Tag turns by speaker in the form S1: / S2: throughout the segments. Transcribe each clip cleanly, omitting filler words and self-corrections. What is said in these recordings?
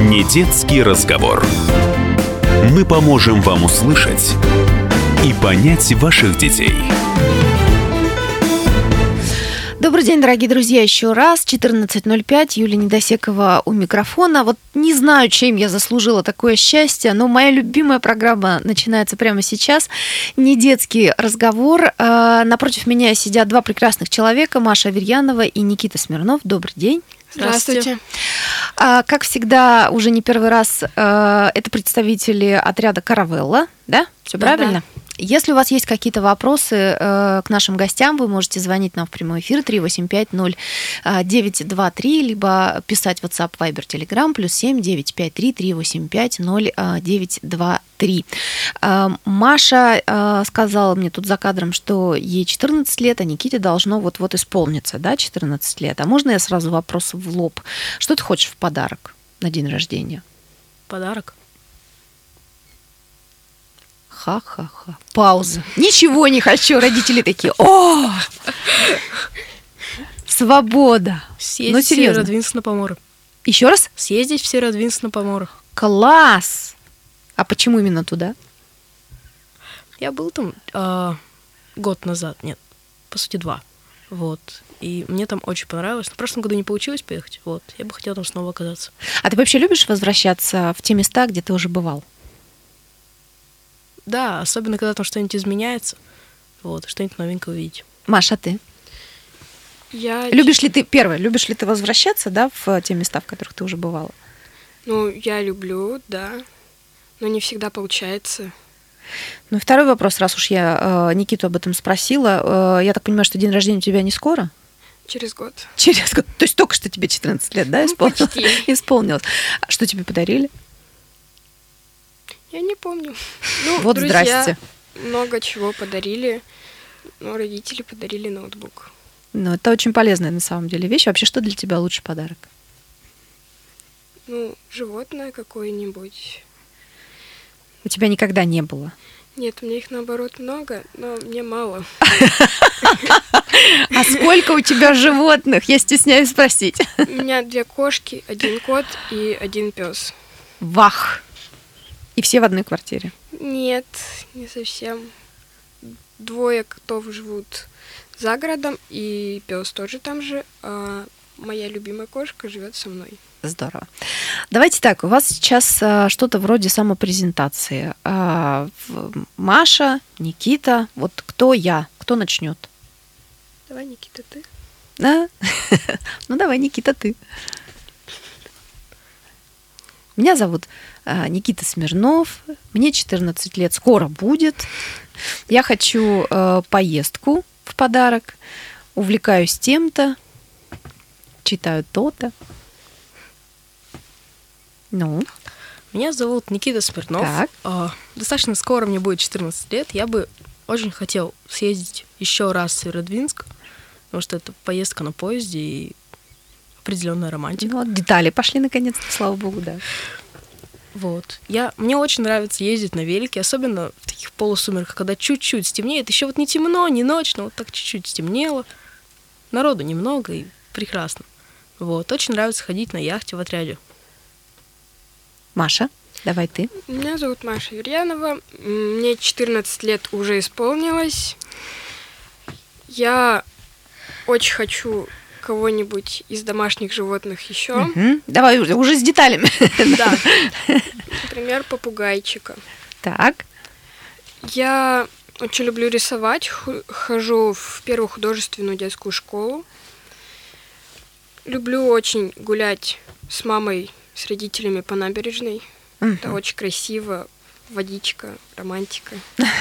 S1: Недетский разговор. Мы поможем вам услышать и понять ваших детей.
S2: Добрый день, дорогие друзья, еще раз. 14:05, Юлия Недосекова у микрофона. Вот не знаю, чем я заслужила такое счастье, но моя любимая программа начинается прямо сейчас. Недетский разговор. Напротив меня сидят два прекрасных человека, Маша Аверьянова и Никита Смирнов. Добрый день.
S3: Здравствуйте.
S2: Как всегда, уже не первый раз это представители отряда «Каравелла», да? Все правильно?
S3: Да.
S2: Если у вас есть какие-то вопросы к нашим гостям, вы можете звонить нам в прямой эфир 385-0923, либо писать в WhatsApp, Viber, Telegram, +7 953 385 0923. Маша сказала мне тут за кадром, что ей 14 лет, а Никите должно вот-вот исполниться, да, 14 лет. А можно я сразу вопрос в лоб? Что ты хочешь в подарок на день рождения?
S3: Подарок?
S2: Ха-ха-ха. Пауза. Ничего не хочу. Родители такие: о, свобода.
S3: Съездить в Северодвинск на Поморы.
S2: Еще раз?
S3: Съездить в Северодвинск на Поморы.
S2: Класс. А почему именно туда?
S3: Я был там год назад. Нет, по сути, 2. Вот. И мне там очень понравилось. В прошлом году не получилось поехать. Вот. Я бы хотела там снова оказаться.
S2: А ты вообще любишь возвращаться в те места, где ты уже бывал?
S3: Да, особенно когда там что-нибудь изменяется. Вот, что-нибудь новенькое увидеть.
S2: Маша, ты? Любишь ли ты возвращаться, да, в те места, в которых ты уже бывала?
S4: Ну, я люблю, да, но не всегда получается.
S2: Ну и второй вопрос, раз уж я Никиту об этом спросила. Я так понимаю, что день рождения у тебя не скоро?
S4: Через год.
S2: Через год. То есть только что тебе 14 лет, да, исполнилось? А что тебе подарили?
S4: Я не помню.
S2: Вот
S4: друзья
S2: здрасте.
S4: Много чего подарили, но родители подарили ноутбук.
S2: Ну, это очень полезная на самом деле вещь. Вообще, что для тебя лучший подарок?
S4: Ну, животное какое-нибудь.
S2: У тебя никогда не было?
S4: Нет, у меня их наоборот много, но мне мало.
S2: А сколько у тебя животных? Я стесняюсь спросить.
S4: У меня 2 кошки, 1 кот и 1 пес.
S2: Вах! И все в одной квартире?
S4: Нет, не совсем. 2 котов живут за городом, и пес тоже там же, а моя любимая кошка живет со мной.
S2: Здорово. Давайте так, у вас сейчас что-то вроде самопрезентации. Маша, Никита, вот кто я? Кто начнет?
S4: Давай, Никита, ты.
S2: Да? Ну, давай, Никита, ты. Меня зовут Никита Смирнов, мне 14 лет, скоро будет. Я хочу поездку в подарок, увлекаюсь тем-то, читаю то-то. Ну?
S3: Меня зовут Никита Смирнов.
S2: Так.
S3: Достаточно скоро мне будет 14 лет. Я бы очень хотел съездить еще раз в Северодвинск, потому что это поездка на поезде и определенная романтика.
S2: Ну, вот детали пошли наконец-то, слава богу, да.
S3: Вот. Мне очень нравится ездить на велике, особенно в таких полусумерках, когда чуть-чуть стемнеет. Еще вот не темно, не ночь, но вот так чуть-чуть стемнело. Народу немного и прекрасно. Вот. Очень нравится ходить на яхте в отряде.
S2: Маша, давай ты.
S4: Меня зовут Маша Аверьянова. Мне 14 лет уже исполнилось. Я очень хочу кого-нибудь из домашних животных еще.
S2: Угу. Давай уже с деталями.
S4: Да. Например, попугайчика.
S2: Так.
S4: Я очень люблю рисовать. Хожу в первую художественную детскую школу. Люблю очень гулять с мамой, с родителями по набережной. Это очень красиво. Водичка, романтика.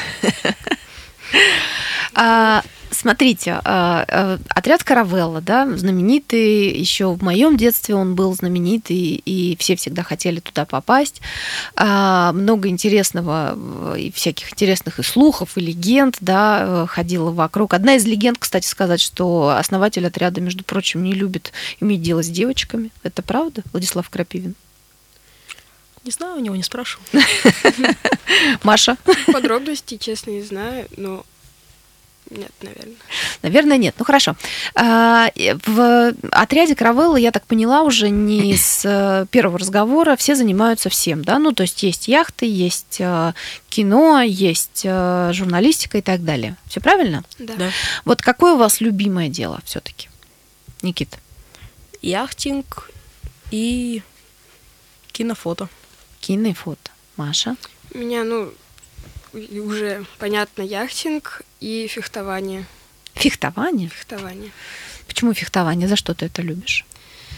S2: Смотрите, отряд «Каравелла», да, знаменитый, еще в моем детстве он был знаменитый, и все всегда хотели туда попасть. Много интересного, и всяких интересных и слухов, и легенд, да, ходило вокруг. Одна из легенд, кстати сказать, что основатель отряда, между прочим, не любит иметь дело с девочками. Это правда, Владислав Крапивин?
S3: Не знаю, у него не спрашивал.
S2: Маша?
S4: Подробностей, честно, не знаю, но Нет, наверное.
S2: Наверное, нет. Ну, хорошо. В отряде «Каравелла», я так поняла, уже не с первого разговора все занимаются всем, да? Ну, то есть есть яхты, есть кино, есть журналистика и так далее. Все правильно?
S4: Да.
S2: Вот какое у вас любимое дело все-таки, Никита?
S3: Яхтинг и кинофото.
S2: Кино и фото. Маша?
S4: У меня, уже понятно, яхтинг и фехтование.
S2: Фехтование?
S4: Фехтование.
S2: Почему фехтование? За что ты это любишь?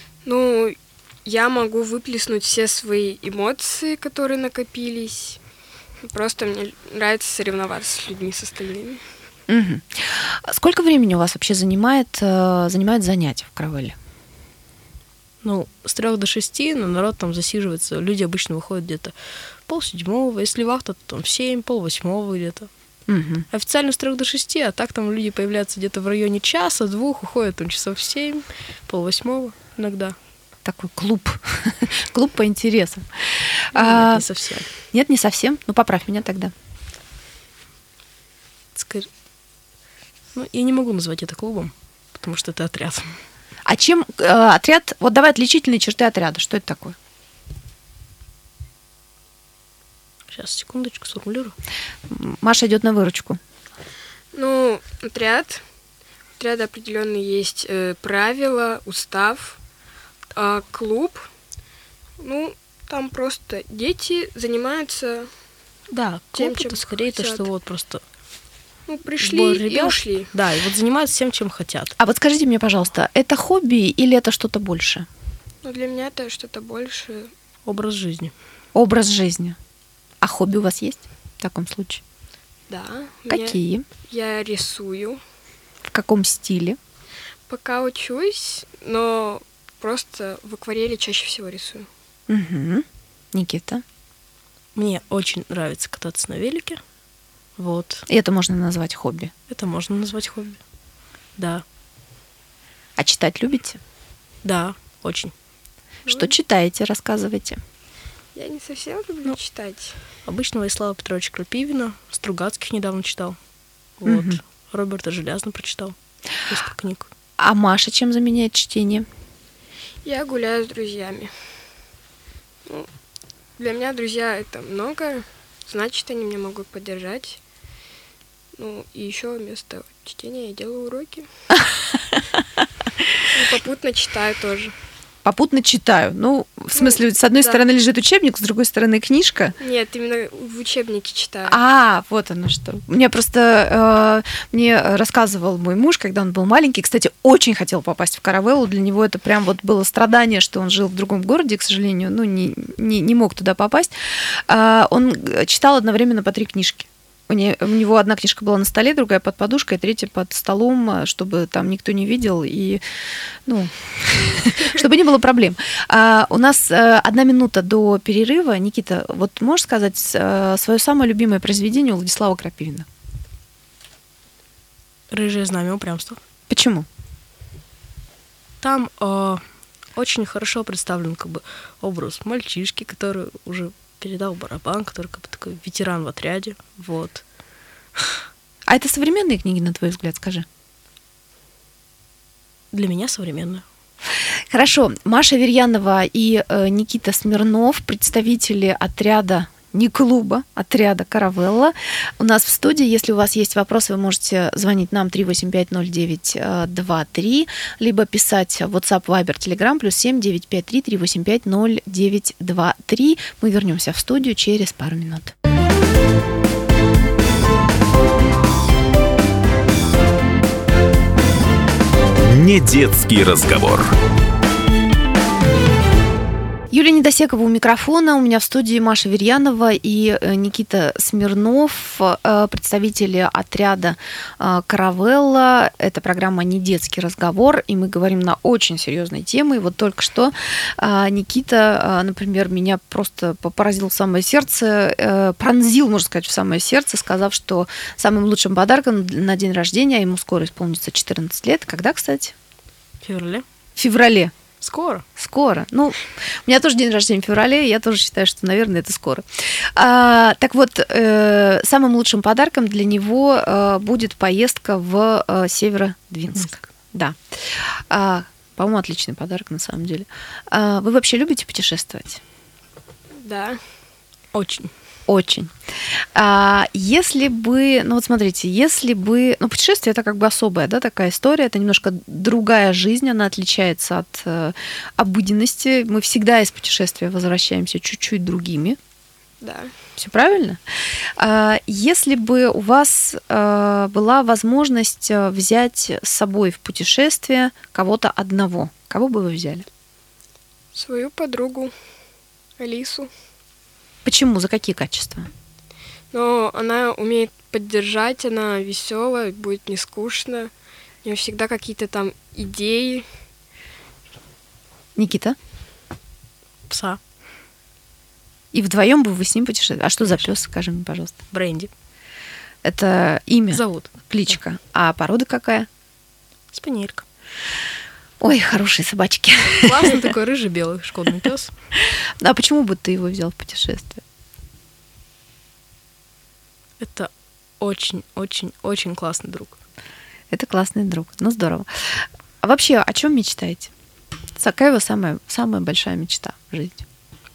S4: Я могу выплеснуть все свои эмоции, которые накопились. Просто мне нравится соревноваться с людьми, с остальными.
S2: Угу. Сколько времени у вас вообще занимают занятия в «Каравелле»?
S3: С 3 до 6, но народ там засиживается. Люди обычно выходят где-то 6:30. Если вахта, то там в 7, 7:30 где-то.
S2: Угу.
S3: Официально с 3 до 6, а так там люди появляются где-то в районе часа-двух, уходят там часов в 7, 7:30 иногда.
S2: Такой клуб. Клуб по интересам.
S3: Нет, не совсем.
S2: Нет, не совсем? Поправь меня тогда.
S3: Я не могу назвать это клубом, потому что это отряд.
S2: А чем отряд... Вот давай отличительные черты отряда. Что это такое?
S3: Сейчас, секундочку, сформулирую.
S2: Маша идет на выручку.
S4: Отряд определенный есть правила, устав, а клуб, там просто дети занимаются
S3: Да,
S4: тем,
S3: клуб
S4: чем
S3: это скорее то,
S4: хотят.
S3: что вот просто
S4: пришли
S3: сбор
S4: и
S3: ребят.
S4: ушли.
S3: Да, и вот занимаются всем, чем хотят.
S2: А вот скажите мне, пожалуйста, это хобби или это что-то большее?
S4: Для меня это что-то больше.
S3: Образ жизни.
S2: Образ жизни. А хобби у вас есть в таком случае?
S4: Да.
S2: Какие?
S4: Я рисую.
S2: В каком стиле?
S4: Пока учусь, но просто в акварели чаще всего рисую.
S2: Угу. Никита?
S3: Мне очень нравится кататься на велике. Вот.
S2: И это можно назвать хобби.
S3: Это можно назвать хобби. Да.
S2: А читать любите?
S3: Да, очень.
S2: Что читаете, рассказывайте.
S4: Я не совсем люблю читать.
S3: Обычного Владислава Петровича Крапивина, Стругацких недавно читал. Вот.
S2: Мгм.
S3: Роберта Желязно прочитал. Несколько книг.
S2: А Маша чем заменяет чтение?
S4: Я гуляю с друзьями. Для меня друзья это много, значит, они меня могут поддержать. И еще вместо чтения я делаю уроки. И попутно читаю тоже.
S2: Попутно читаю. В смысле, с одной
S4: да.
S2: стороны лежит учебник, с другой стороны книжка.
S4: Нет, именно в учебнике читаю.
S2: Вот оно что. Мне просто мне рассказывал мой муж, когда он был маленький. Кстати, очень хотел попасть в «Каравеллу». Для него это прям было страдание, что он жил в другом городе, к сожалению, не мог туда попасть. Он читал одновременно по 3 книжки. У него одна книжка была на столе, другая под подушкой, третья под столом, чтобы там никто не видел и, чтобы не было проблем. У нас 1 минута до перерыва. Никита, вот можешь сказать свое самое любимое произведение у Владислава Крапивина?
S3: «Рыжее знамя упрямства».
S2: Почему?
S3: Там очень хорошо представлен образ мальчишки, который уже передал барабан, который такой ветеран в отряде. Вот.
S2: А это современные книги, на твой взгляд, скажи?
S3: Для меня современная.
S2: Хорошо. Маша Верьянова и Никита Смирнов, представители отряда, не клуба, отряда «Каравелла». У нас в студии. Если у вас есть вопросы, вы можете звонить нам 3850923, либо писать в WhatsApp, Viber, Telegram, +7 953 385 0923. Мы вернемся в студию через пару минут.
S1: Не детский разговор.
S2: Юлия Недосекова у микрофона. У меня в студии Маша Верьянова и Никита Смирнов, представители отряда «Каравелла». Это программа «Не детский разговор», и мы говорим на очень серьезной темы. И вот только что Никита, например, меня просто поразил в самое сердце, пронзил, можно сказать, в самое сердце, сказав, что самым лучшим подарком на день рождения, ему скоро исполнится 14 лет. Когда, кстати?
S3: В феврале.
S2: В феврале.
S3: Скоро.
S2: Скоро. Ну, у меня тоже день рождения в феврале, я тоже считаю, что, наверное, это скоро. Так вот, самым лучшим подарком для него будет поездка в Северодвинск. Да. По-моему, отличный подарок на самом деле. Вы вообще любите путешествовать?
S4: Да.
S3: Очень.
S2: Очень. Если бы, ну вот смотрите, если бы, ну путешествие это как бы особая, да, такая история, это немножко другая жизнь, она отличается от обыденности. Мы всегда из путешествия возвращаемся чуть-чуть другими.
S4: Да.
S2: Все правильно? Если бы у вас была возможность взять с собой в путешествие кого-то одного, кого бы вы взяли?
S4: Свою подругу Алису.
S2: Почему? За какие качества?
S4: Но она умеет поддержать, она веселая, будет не скучно. У нее всегда какие-то там идеи.
S2: Никита?
S3: Пса.
S2: И вдвоем бы вы с ним путешествовали. А что за пес, скажи мне, пожалуйста?
S3: Бренди.
S2: Это имя?
S3: Зовут.
S2: Кличка. А порода какая?
S3: Спаниелька.
S2: Ой, хорошие собачки.
S3: Классный такой рыжий-белый шкодный пес.
S2: А почему бы ты его взял в путешествие?
S3: Это очень-очень-очень классный друг.
S2: Это классный друг. Ну, здорово. А вообще, о чем мечтаете? Какая его самая большая мечта в жизни?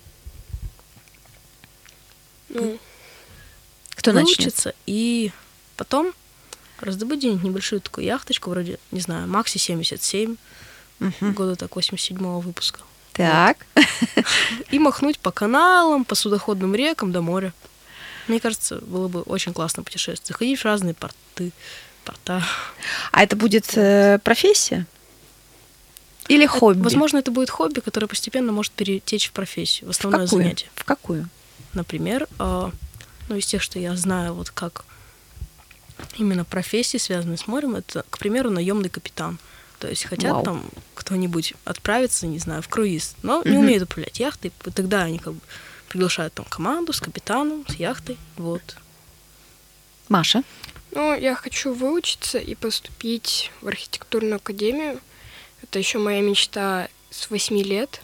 S4: Ну,
S2: Кто начнет?
S3: Выучиться и потом раздобыть где-нибудь небольшую такую яхточку, вроде, не знаю, Макси 77, года так 87-го выпуска.
S2: Так.
S3: Вот. И махнуть по каналам, по судоходным рекам до моря. Мне кажется, было бы очень классно путешествовать. Ходить в разные порта.
S2: А это будет профессия? Или хобби?
S3: Возможно, это будет хобби, которое постепенно может перетечь в профессию, в основное занятие.
S2: В какую?
S3: Например, ну, из тех, что я знаю, вот как именно профессии, связанные с морем, это, к примеру, наемный капитан. То есть хотят там кто-нибудь отправиться, не знаю, в круиз, но не умеют управлять яхтой, тогда они как бы приглашают там команду с капитаном, с яхтой, вот.
S2: Маша?
S4: ну, я хочу выучиться и поступить в архитектурную академию. Это еще моя мечта с 8 лет.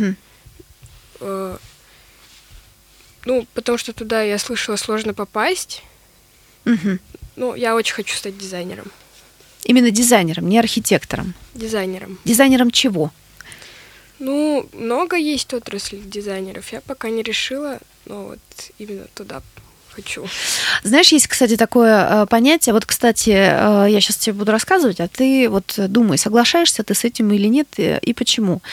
S4: Ну, потому что туда, я слышала, сложно попасть. Ну, я очень хочу стать дизайнером.
S2: Именно дизайнером, не архитектором.
S4: Дизайнером.
S2: Дизайнером чего?
S4: Ну, много есть отраслей дизайнеров. Я пока не решила, но вот именно туда хочу.
S2: Знаешь, есть, кстати, такое понятие. Вот, кстати, я сейчас тебе буду рассказывать, а ты вот думай, соглашаешься ты с этим или нет, и почему.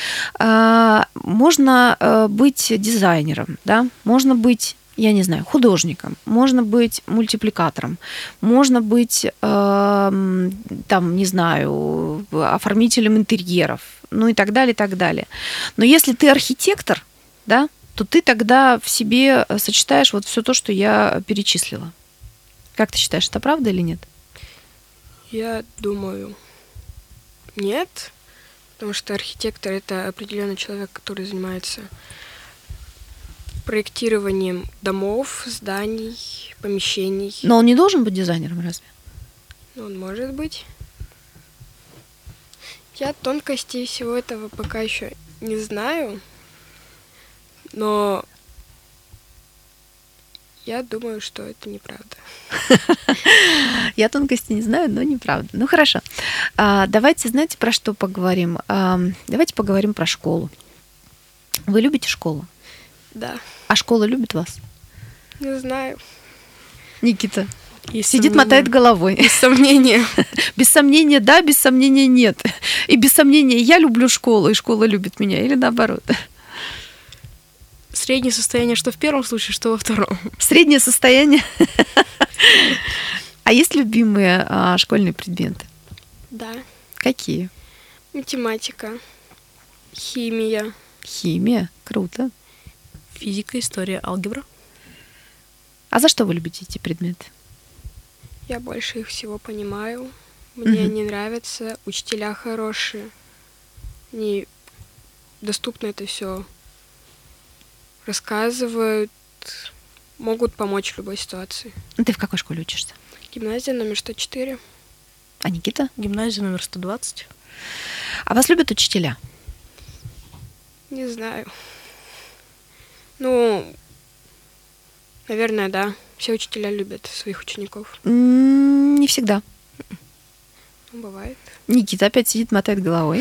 S2: Можно быть дизайнером, да, можно быть, я не знаю, художником, можно быть мультипликатором, можно быть, там, не знаю, оформителем интерьеров, ну и так далее, и так далее. Но если ты архитектор, да, то ты тогда в себе сочетаешь вот все то, что я перечислила. Как ты считаешь, это правда или нет?
S4: Я думаю, нет, потому что архитектор — это определенный человек, который занимается проектированием домов, зданий, помещений.
S2: Но он не должен быть дизайнером, разве?
S4: Ну, он может быть. Я тонкостей всего этого пока еще не знаю, но я думаю, что это неправда.
S2: Я тонкости не знаю, но неправда. Ну, хорошо. Давайте, знаете, про что поговорим? Давайте поговорим про школу. Вы любите школу?
S4: Да.
S2: А школа любит вас?
S4: Не знаю.
S2: Никита
S3: Есть
S2: сидит,
S3: сомнения.
S2: мотает головой.
S3: Без сомнения.
S2: Без сомнения да, без сомнения нет. И без сомнения я люблю школу, и школа любит меня, или наоборот.
S3: Среднее состояние что в первом случае, что во втором.
S2: Среднее состояние. А есть любимые школьные предметы?
S4: Да.
S2: Какие?
S4: Математика, химия.
S2: Химия. Круто.
S3: Физика, история, алгебра.
S2: А за что вы любите эти предметы?
S4: Я больше их всего понимаю. Мне они нравятся. Учителя хорошие. Они доступно это все рассказывают. Могут помочь в любой ситуации.
S2: Ты в какой школе учишься?
S4: Гимназия номер 104.
S2: А Никита?
S3: Гимназия номер 120.
S2: А вас любят учителя?
S4: Не знаю. Ну, наверное, да. Все учителя любят своих учеников.
S2: Не всегда.
S4: Ну, бывает.
S2: Никита опять сидит, мотает головой.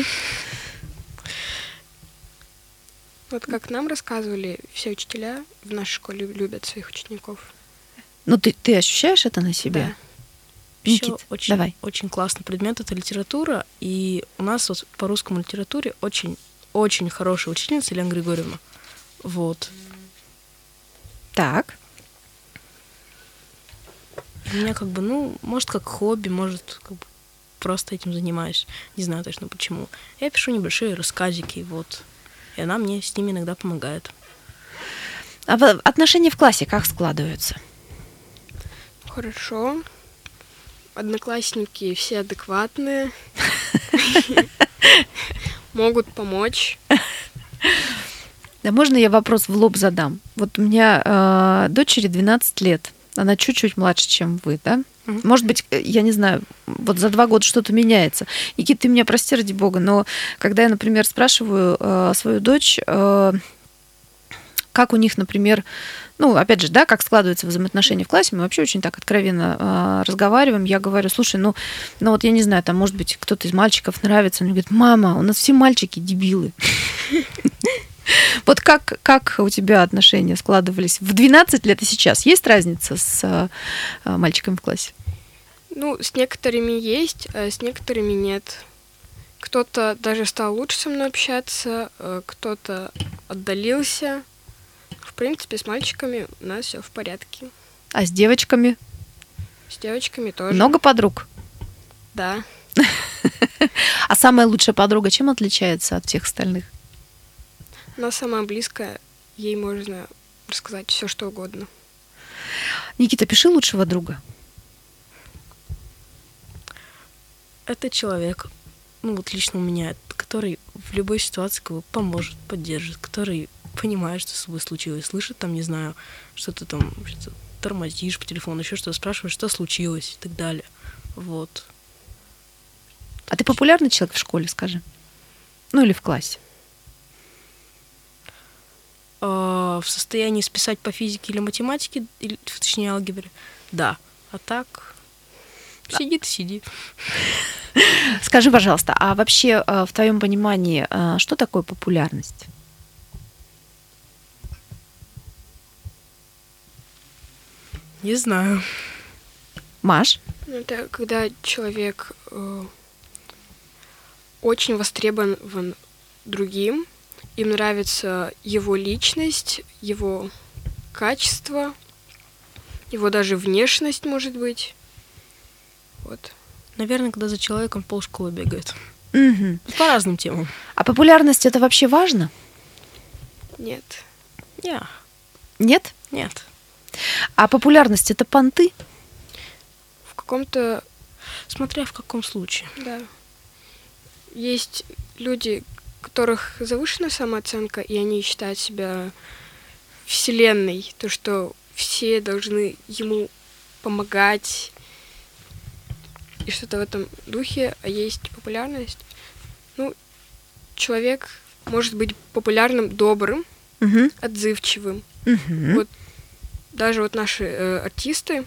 S4: Вот как нам рассказывали, все учителя в нашей школе любят своих учеников.
S2: Ну, ты ощущаешь это на себе?
S4: Да.
S3: Еще
S2: Никит, давай.
S3: очень классный предмет — это литература, и у нас вот по русскому литературе очень хорошая учительница Елена Григорьевна. Вот.
S2: Так.
S3: У меня как бы, ну, может, как хобби, может, как бы просто этим занимаюсь. Не знаю точно почему. Я пишу небольшие рассказики, вот. И она мне с ними иногда помогает.
S2: А отношения в классе как складываются?
S4: Хорошо. Одноклассники все адекватные. Могут помочь.
S2: Да, можно я вопрос в лоб задам? Вот у меня дочери 12 лет. Она чуть-чуть младше, чем вы, да? Может быть, я не знаю, вот за 2 года что-то меняется. Никита, ты меня прости, ради бога, но когда я, например, спрашиваю свою дочь, как у них, например, ну, опять же, да, как складываются взаимоотношения в классе, мы вообще очень так откровенно разговариваем. Я говорю, слушай, ну вот я не знаю, там, может быть, кто-то из мальчиков нравится. Он говорит, мама, у нас все мальчики дебилы. Вот как у тебя отношения складывались в 12 лет и сейчас? Есть разница с мальчиками в классе?
S4: Ну, с некоторыми есть, а с некоторыми нет. Кто-то даже стал лучше со мной общаться, кто-то отдалился. В принципе, с мальчиками у нас все в порядке.
S2: А с девочками?
S4: С девочками тоже.
S2: Много подруг?
S4: Да.
S2: А самая лучшая подруга чем отличается от всех остальных?
S4: Она самая близкая, ей можно рассказать все, что угодно.
S2: Никита, пиши лучшего друга.
S3: Это человек, ну вот лично у меня, который в любой ситуации как бы поможет, поддержит, который понимает, что с тобой случилось, слышит там, не знаю, что ты там что-то тормозишь по телефону, еще что-то спрашиваешь, что случилось и так далее. Вот.
S2: А ты популярный человек в школе, скажи? Ну или в классе?
S3: В состоянии списать по физике или математике, или, точнее, алгебре, да. А так, сиди ты, сиди.
S2: Скажи, пожалуйста, а вообще в твоем понимании, что такое популярность?
S3: Не знаю.
S2: Маш?
S4: Это когда человек очень востребован другим, им нравится его личность, его качество, его даже внешность, может быть. Вот.
S3: Наверное, когда за человеком полшколы бегает.
S2: Угу.
S3: По разным темам.
S2: А популярность это вообще важно?
S4: Нет.
S2: Нет?
S3: Нет.
S2: А популярность это понты?
S4: В каком-то...
S3: Смотря в каком случае.
S4: Да. Есть люди, у которых завышенная самооценка, и они считают себя вселенной, то, что все должны ему помогать, и что-то в этом духе, а есть популярность. Ну, человек может быть популярным, добрым,
S2: Угу.
S4: отзывчивым.
S2: Угу.
S4: Вот даже вот наши артисты,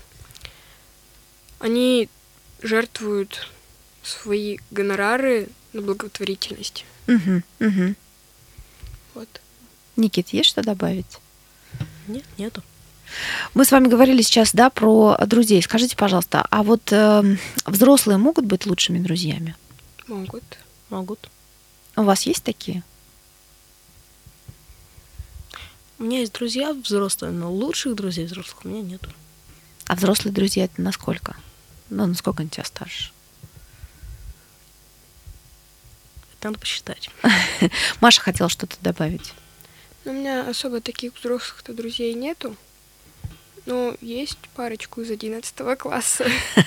S4: они жертвуют свои гонорары на благотворительность.
S2: Угу. Угу.
S4: Вот.
S2: Никит, есть что добавить?
S3: Нет, нету.
S2: Мы с вами говорили сейчас, да, про друзей. Скажите, пожалуйста, а вот взрослые могут быть лучшими друзьями?
S4: Могут.
S3: Могут.
S2: У вас есть такие?
S3: У меня есть друзья взрослые, но лучших друзей взрослых у меня нету.
S2: А взрослые друзья это насколько? Ну, насколько они тебя старше?
S3: Это надо посчитать.
S2: Маша хотела что-то добавить.
S4: У меня особо таких взрослых-то друзей нету. Но есть парочку из 11 класса.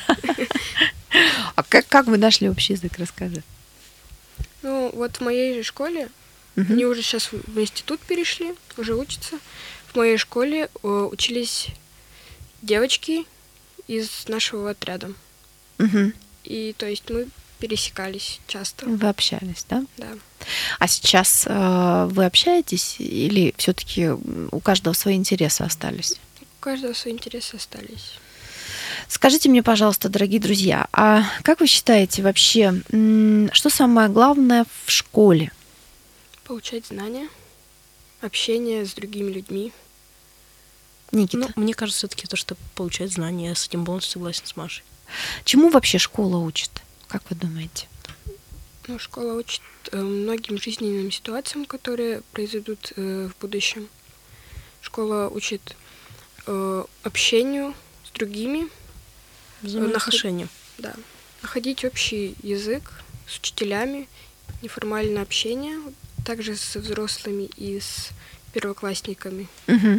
S2: А как вы нашли общий язык, расскажи.
S4: Ну, вот в моей же школе,
S2: Мгм.
S4: они уже сейчас в институт перешли, уже учатся. В моей школе учились девочки из нашего отряда.
S2: Мгм.
S4: И то есть мы пересекались часто.
S2: Вы общались, да?
S4: Да.
S2: А сейчас вы общаетесь или все-таки у каждого свои интересы остались?
S4: У каждого свои интересы остались.
S2: Скажите мне, пожалуйста, дорогие друзья, а как вы считаете вообще, что самое главное в школе?
S4: Получать знания, общение с другими людьми.
S2: Никита,
S3: Ну, мне кажется, все-таки то, что получать знания, я с этим полностью согласен с Машей.
S2: чему вообще школа учит? Как вы думаете?
S4: Ну, школа учит многим жизненным ситуациям, которые произойдут в будущем. Школа учит общению с другими,
S3: Взаимоотношения.
S4: да, находить общий язык с учителями, неформальное общение, также с взрослыми и с первоклассниками.
S2: Мгм.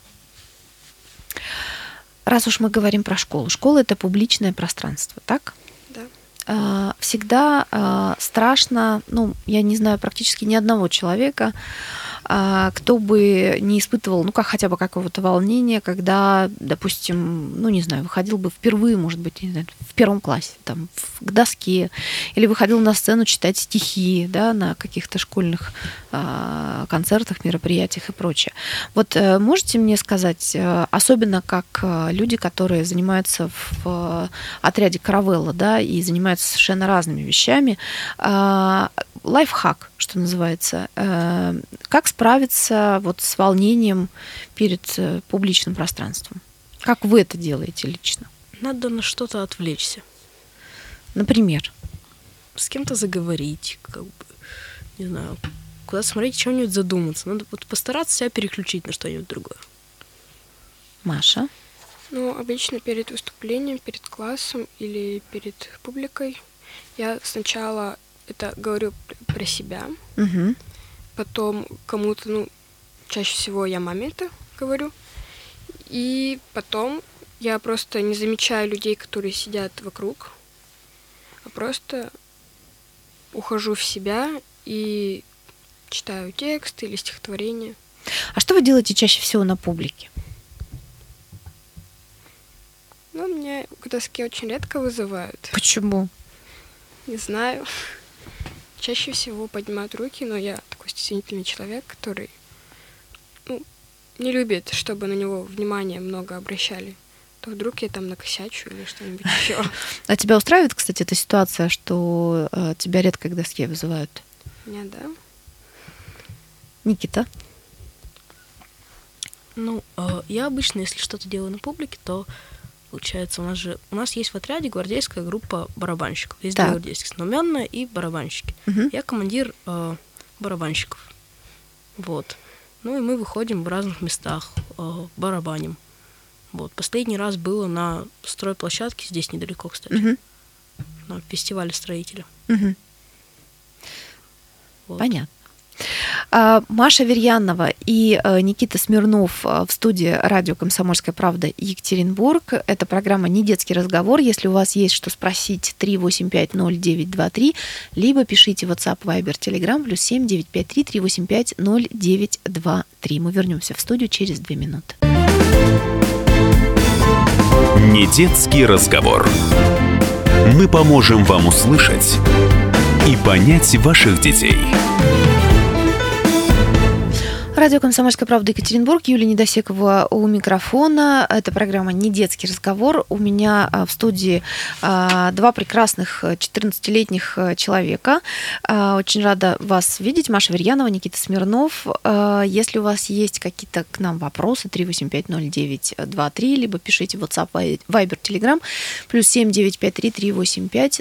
S2: Раз уж мы говорим про школу, школа — это публичное пространство, так?
S4: Да.
S2: Всегда страшно, ну, я не знаю практически ни одного человека, кто бы не испытывал, ну, как хотя бы какого-то волнения, когда, допустим, ну, не знаю, выходил бы впервые, может быть, не знаю, в первом классе, там, к доске, или выходил на сцену читать стихи, да, на каких-то школьных концертах, мероприятиях и прочее. Вот можете мне сказать, особенно как люди, которые занимаются в отряде Каравелла, да, и занимаются совершенно разными вещами, лайфхак, что называется, как справиться вот с волнением перед публичным пространством? Как вы это делаете лично?
S3: Надо на что-то отвлечься.
S2: Например?
S3: С кем-то заговорить, как бы, не знаю, куда смотреть, чем-нибудь задуматься. Надо вот постараться себя переключить на что-нибудь другое.
S2: Маша?
S4: Ну, обычно перед выступлением, перед классом или перед публикой я сначала это говорю про себя,
S2: Угу.
S4: потом кому-то, ну, чаще всего я маме это говорю, и потом я просто не замечаю людей, которые сидят вокруг, а просто ухожу в себя и читаю текст или стихотворение.
S2: А что вы делаете чаще всего на публике?
S4: Ну, меня к доске очень редко вызывают.
S2: Почему?
S4: Не знаю. Чаще всего поднимают руки, но я такой стеснительный человек, который, ну, не любит, чтобы на него внимание много обращали. То вдруг я там накосячу или что-нибудь еще.
S2: А тебя устраивает, кстати, эта ситуация, что тебя редко к доске вызывают?
S4: Меня, да.
S2: Никита?
S3: Ну, я обычно, если что-то делаю на публике, то получается, у нас есть в отряде гвардейская группа барабанщиков. Есть
S2: Так.
S3: две гвардейских, знаменная и барабанщики.
S2: Мгм.
S3: Я командир барабанщиков. Вот. Ну и мы выходим в разных местах, барабаним. Вот. Последний раз было на стройплощадке, здесь недалеко, кстати,
S2: Мгм.
S3: на фестивале строителя.
S2: Мгм.
S3: Вот.
S2: Понятно. Маша Верьянова и Никита Смирнов в студии радио «Комсомольская правда» Екатеринбург. Это программа «Недетский разговор». Если у вас есть что спросить, 3850923, либо пишите в WhatsApp, Viber, Telegram, +7 953 385 0923. Мы вернемся в студию через 2 минуты.
S1: Недетский разговор. Мы поможем вам услышать и понять ваших детей.
S2: Радио «Комсомольская правда» Екатеринбург, Юлия Недосекова у микрофона. Это программа «Недетский разговор». У меня в студии два прекрасных 14-летних человека. Очень рада вас видеть. Маша Верьянова, Никита Смирнов. Если у вас есть какие-то к нам вопросы, 3850923, либо пишите в WhatsApp, Viber, Telegram, +7 953 385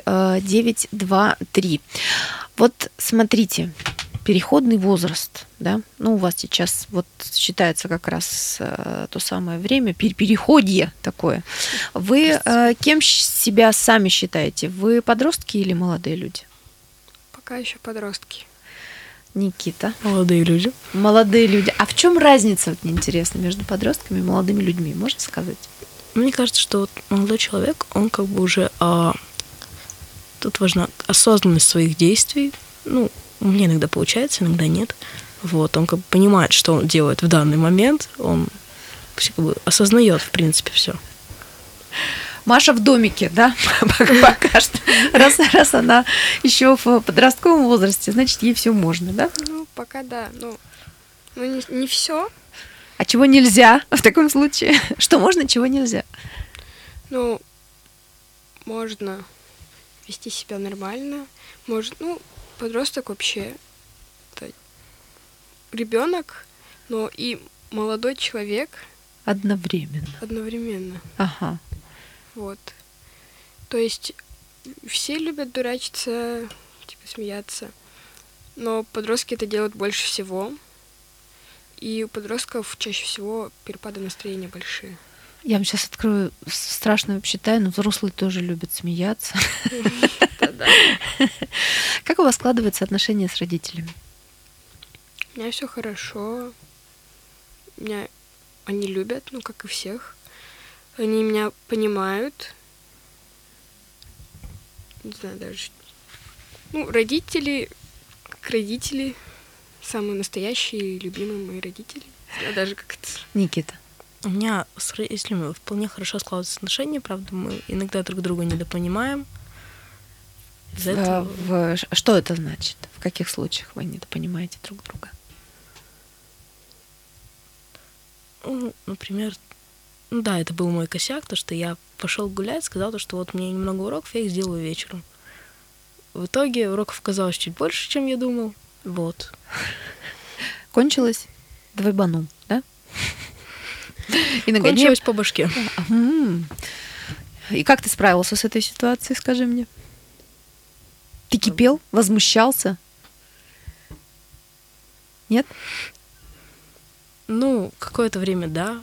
S2: 0923. Вот смотрите, переходный возраст, да, ну, у вас сейчас вот считается как раз то самое время, переходье такое. Вы кем себя сами считаете? Вы подростки или молодые люди?
S4: Пока еще подростки.
S2: Никита.
S3: Молодые люди.
S2: Молодые люди. А в чем разница, вот мне интересно, между подростками и молодыми людьми? Можете сказать?
S3: Мне кажется, что вот молодой человек, он как бы уже... тут важна осознанность своих действий. Ну, у меня иногда получается, иногда нет. Вот, он как бы понимает, что он делает в данный момент, он как бы осознает, в принципе, все.
S2: Маша в домике, да, пока что. Раз она еще в подростковом возрасте, значит, ей все можно, да?
S4: Ну, пока да. Ну не все.
S2: А чего нельзя в таком случае? Что можно, чего нельзя?
S4: Ну, можно вести себя нормально. Подросток вообще это ребенок, но и молодой человек
S2: Одновременно. Ага.
S4: Вот. То есть все любят дурачиться, типа смеяться, но подростки это делают больше всего, и у подростков чаще всего перепады настроения большие.
S2: Я вам сейчас открою страшную вообще тайну. Взрослые тоже любят смеяться.
S4: Да.
S2: Как у вас складываются отношения с родителями?
S4: У меня все хорошо. Меня они любят, как и всех. Они меня понимают. Не знаю даже. Родители, как родители, самые настоящие, любимые мои родители. Я даже как-то...
S2: Никита.
S3: У меня с родителями вполне хорошо складываются отношения, правда, мы иногда друг друга недопонимаем.
S2: Что это значит? В каких случаях вы недопонимаете друг друга?
S3: Например, да, это был мой косяк, то, что я пошел гулять, сказал, что вот мне немного уроков, я их сделаю вечером. В итоге уроков оказалось чуть больше, чем я думал. Вот.
S2: Кончилось двойбаном, да? И
S3: кончилось по башке.
S2: И как ты справился с этой ситуацией, скажи мне? Ты кипел, возмущался? Нет?
S3: Какое-то время, да.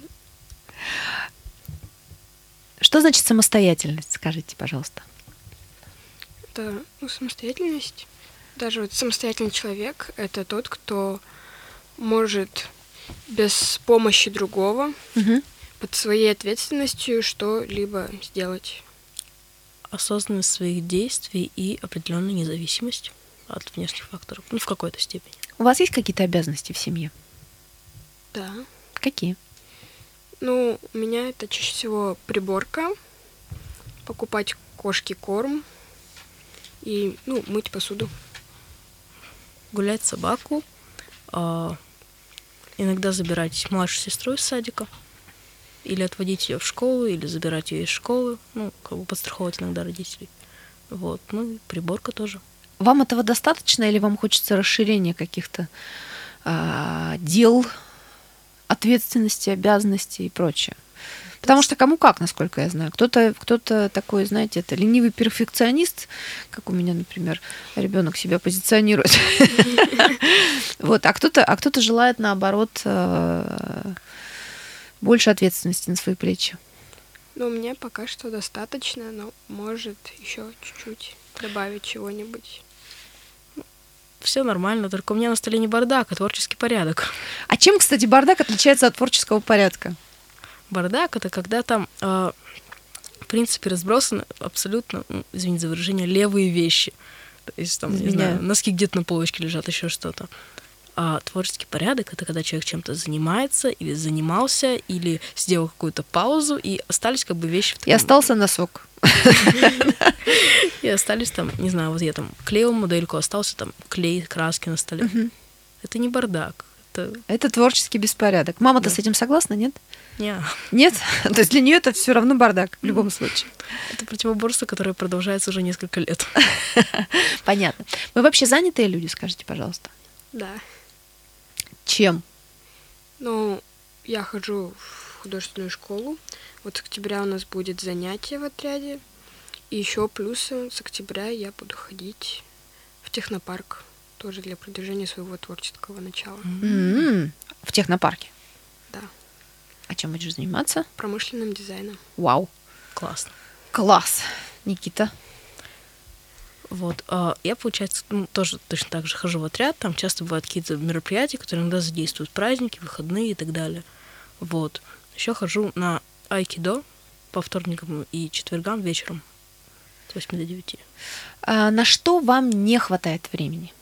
S2: Что значит самостоятельность, скажите, пожалуйста?
S4: Это самостоятельность. Даже вот самостоятельный человек — это тот, кто может без помощи другого под своей ответственностью что-либо сделать.
S3: Осознанность своих действий и определенная независимость от внешних факторов, в какой-то степени.
S2: У вас есть какие-то обязанности в семье?
S4: Да.
S2: Какие?
S4: У меня это чаще всего приборка, покупать кошке корм и, мыть посуду.
S3: Гулять собаку, иногда забирать младшую сестру из садика, или отводить ее в школу, или забирать ее из школы, подстраховать иногда родителей. Вот, и приборка тоже.
S2: Вам этого достаточно, или вам хочется расширения каких-то дел, ответственности, обязанностей и прочее? Потому что кому как, насколько я знаю. Кто-то такой, знаете, это ленивый перфекционист, как у меня, например, ребенок себя позиционирует. Вот, а кто-то желает, наоборот, больше ответственности на свои плечи.
S4: Мне пока что достаточно, но может еще чуть-чуть добавить чего-нибудь.
S3: Все нормально, только у меня на столе не бардак, а творческий порядок.
S2: А чем, кстати, бардак отличается от творческого порядка?
S3: Бардак — это когда там, в принципе, разбросаны абсолютно, извините за выражение, левые вещи. То есть там, не знаю, носки где-то на полочке лежат, еще что-то. А творческий порядок — это когда человек чем-то занимается, или занимался, или сделал какую-то паузу, и остались вещи...
S2: И остался носок.
S3: И остались там, не знаю, вот я там клеил модельку, остался там клей, краски на столе. Это не бардак.
S2: Это творческий беспорядок. Мама-то с этим согласна, нет?
S3: Нет?
S2: То есть для нее это все равно бардак в любом случае.
S3: Это противоборство, которое продолжается уже несколько лет.
S2: Понятно. Вы вообще занятые люди, скажите, пожалуйста?
S4: Да.
S2: Чем?
S4: Я хожу в художественную школу. Вот с октября у нас будет занятие в отряде. И еще плюсом с октября я буду ходить в технопарк. Тоже для продвижения своего творческого начала.
S2: В технопарке?
S4: Да.
S2: А чем будешь заниматься?
S4: Промышленным дизайном.
S2: Вау.
S3: Классно.
S2: Класс. Никита?
S3: Вот. Я, получается, тоже точно так же хожу в отряд. Там часто бывают какие-то мероприятия, которые иногда задействуют праздники, выходные и так далее. Вот. Еще хожу на айкидо по вторникам и четвергам вечером с 8 до 9.
S2: На что вам не хватает времени?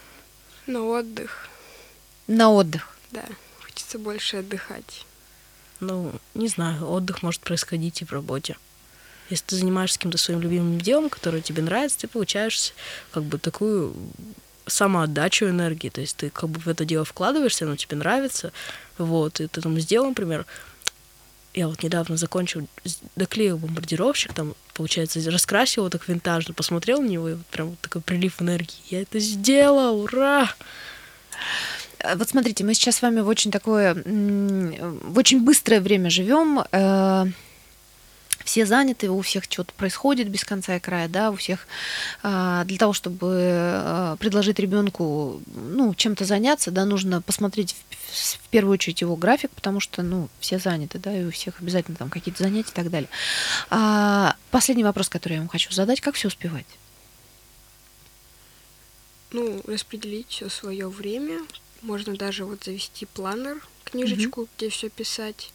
S4: На отдых.
S2: На отдых?
S4: Да. Хочется больше отдыхать.
S3: Ну, не знаю, отдых может происходить и в работе. Если ты занимаешься каким-то своим любимым делом, которое тебе нравится, ты получаешь как бы такую самоотдачу энергии. То есть ты как бы в это дело вкладываешься, оно тебе нравится. Вот, и ты там сделал, например, я вот недавно закончил, доклеил бомбардировщик, там, получается, раскрасил его так винтажно, посмотрел на него, и вот прям вот такой прилив энергии. Я это сделал, ура!
S2: Вот смотрите, мы сейчас с вами в очень такое, в очень быстрое время живем. Все заняты, у всех что-то происходит без конца и края, да, у всех для того, чтобы предложить ребенку, ну, чем-то заняться, да, нужно посмотреть в первую очередь его график, потому что, ну, все заняты, да, и у всех обязательно там какие-то занятия и так далее. Последний вопрос, который я вам хочу задать: как все успевать?
S4: Ну, распределить все свое время. Можно даже вот завести планер, книжечку, где все писать.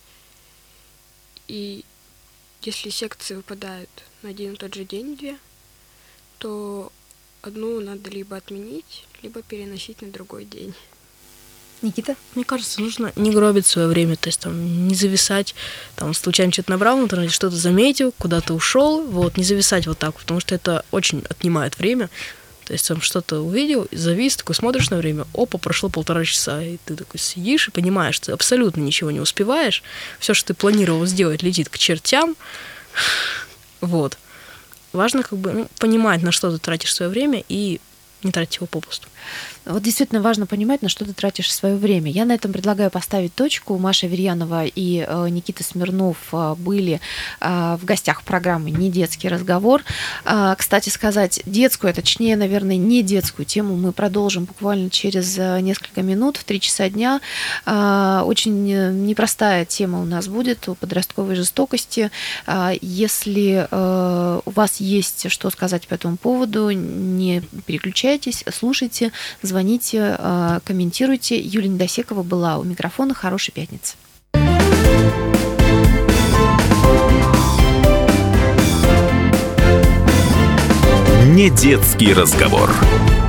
S4: И если секции выпадают на один и тот же день-две, то одну надо либо отменить, либо переносить на другой день.
S2: Никита?
S3: Мне кажется, нужно не гробить свое время, то есть там не зависать, там случайно что-то набрал в интернете, что-то заметил, куда-то ушел, вот, не зависать вот так, потому что это очень отнимает время. То есть там что-то увидел, завис, такой смотришь на время, опа, прошло 1,5 часа, и ты такой сидишь и понимаешь, ты абсолютно ничего не успеваешь, все, что ты планировал сделать, летит к чертям, вот. Важно как бы понимать, на что ты тратишь свое время, и не тратить его попусту.
S2: Вот действительно важно понимать, на что ты тратишь свое время. Я на этом предлагаю поставить точку. Маша Аверьянова и Никита Смирнов были в гостях программы «Не детский разговор». Кстати сказать, детскую, а точнее, наверное, не детскую тему мы продолжим буквально через несколько минут, в 3 часа дня. Очень непростая тема у нас будет о подростковой жестокости. Если у вас есть что сказать по этому поводу, не переключайтесь, слушайте, звоните, комментируйте. Юлия Недосекова была у микрофона. Хорошей пятницы.
S1: Не детский разговор.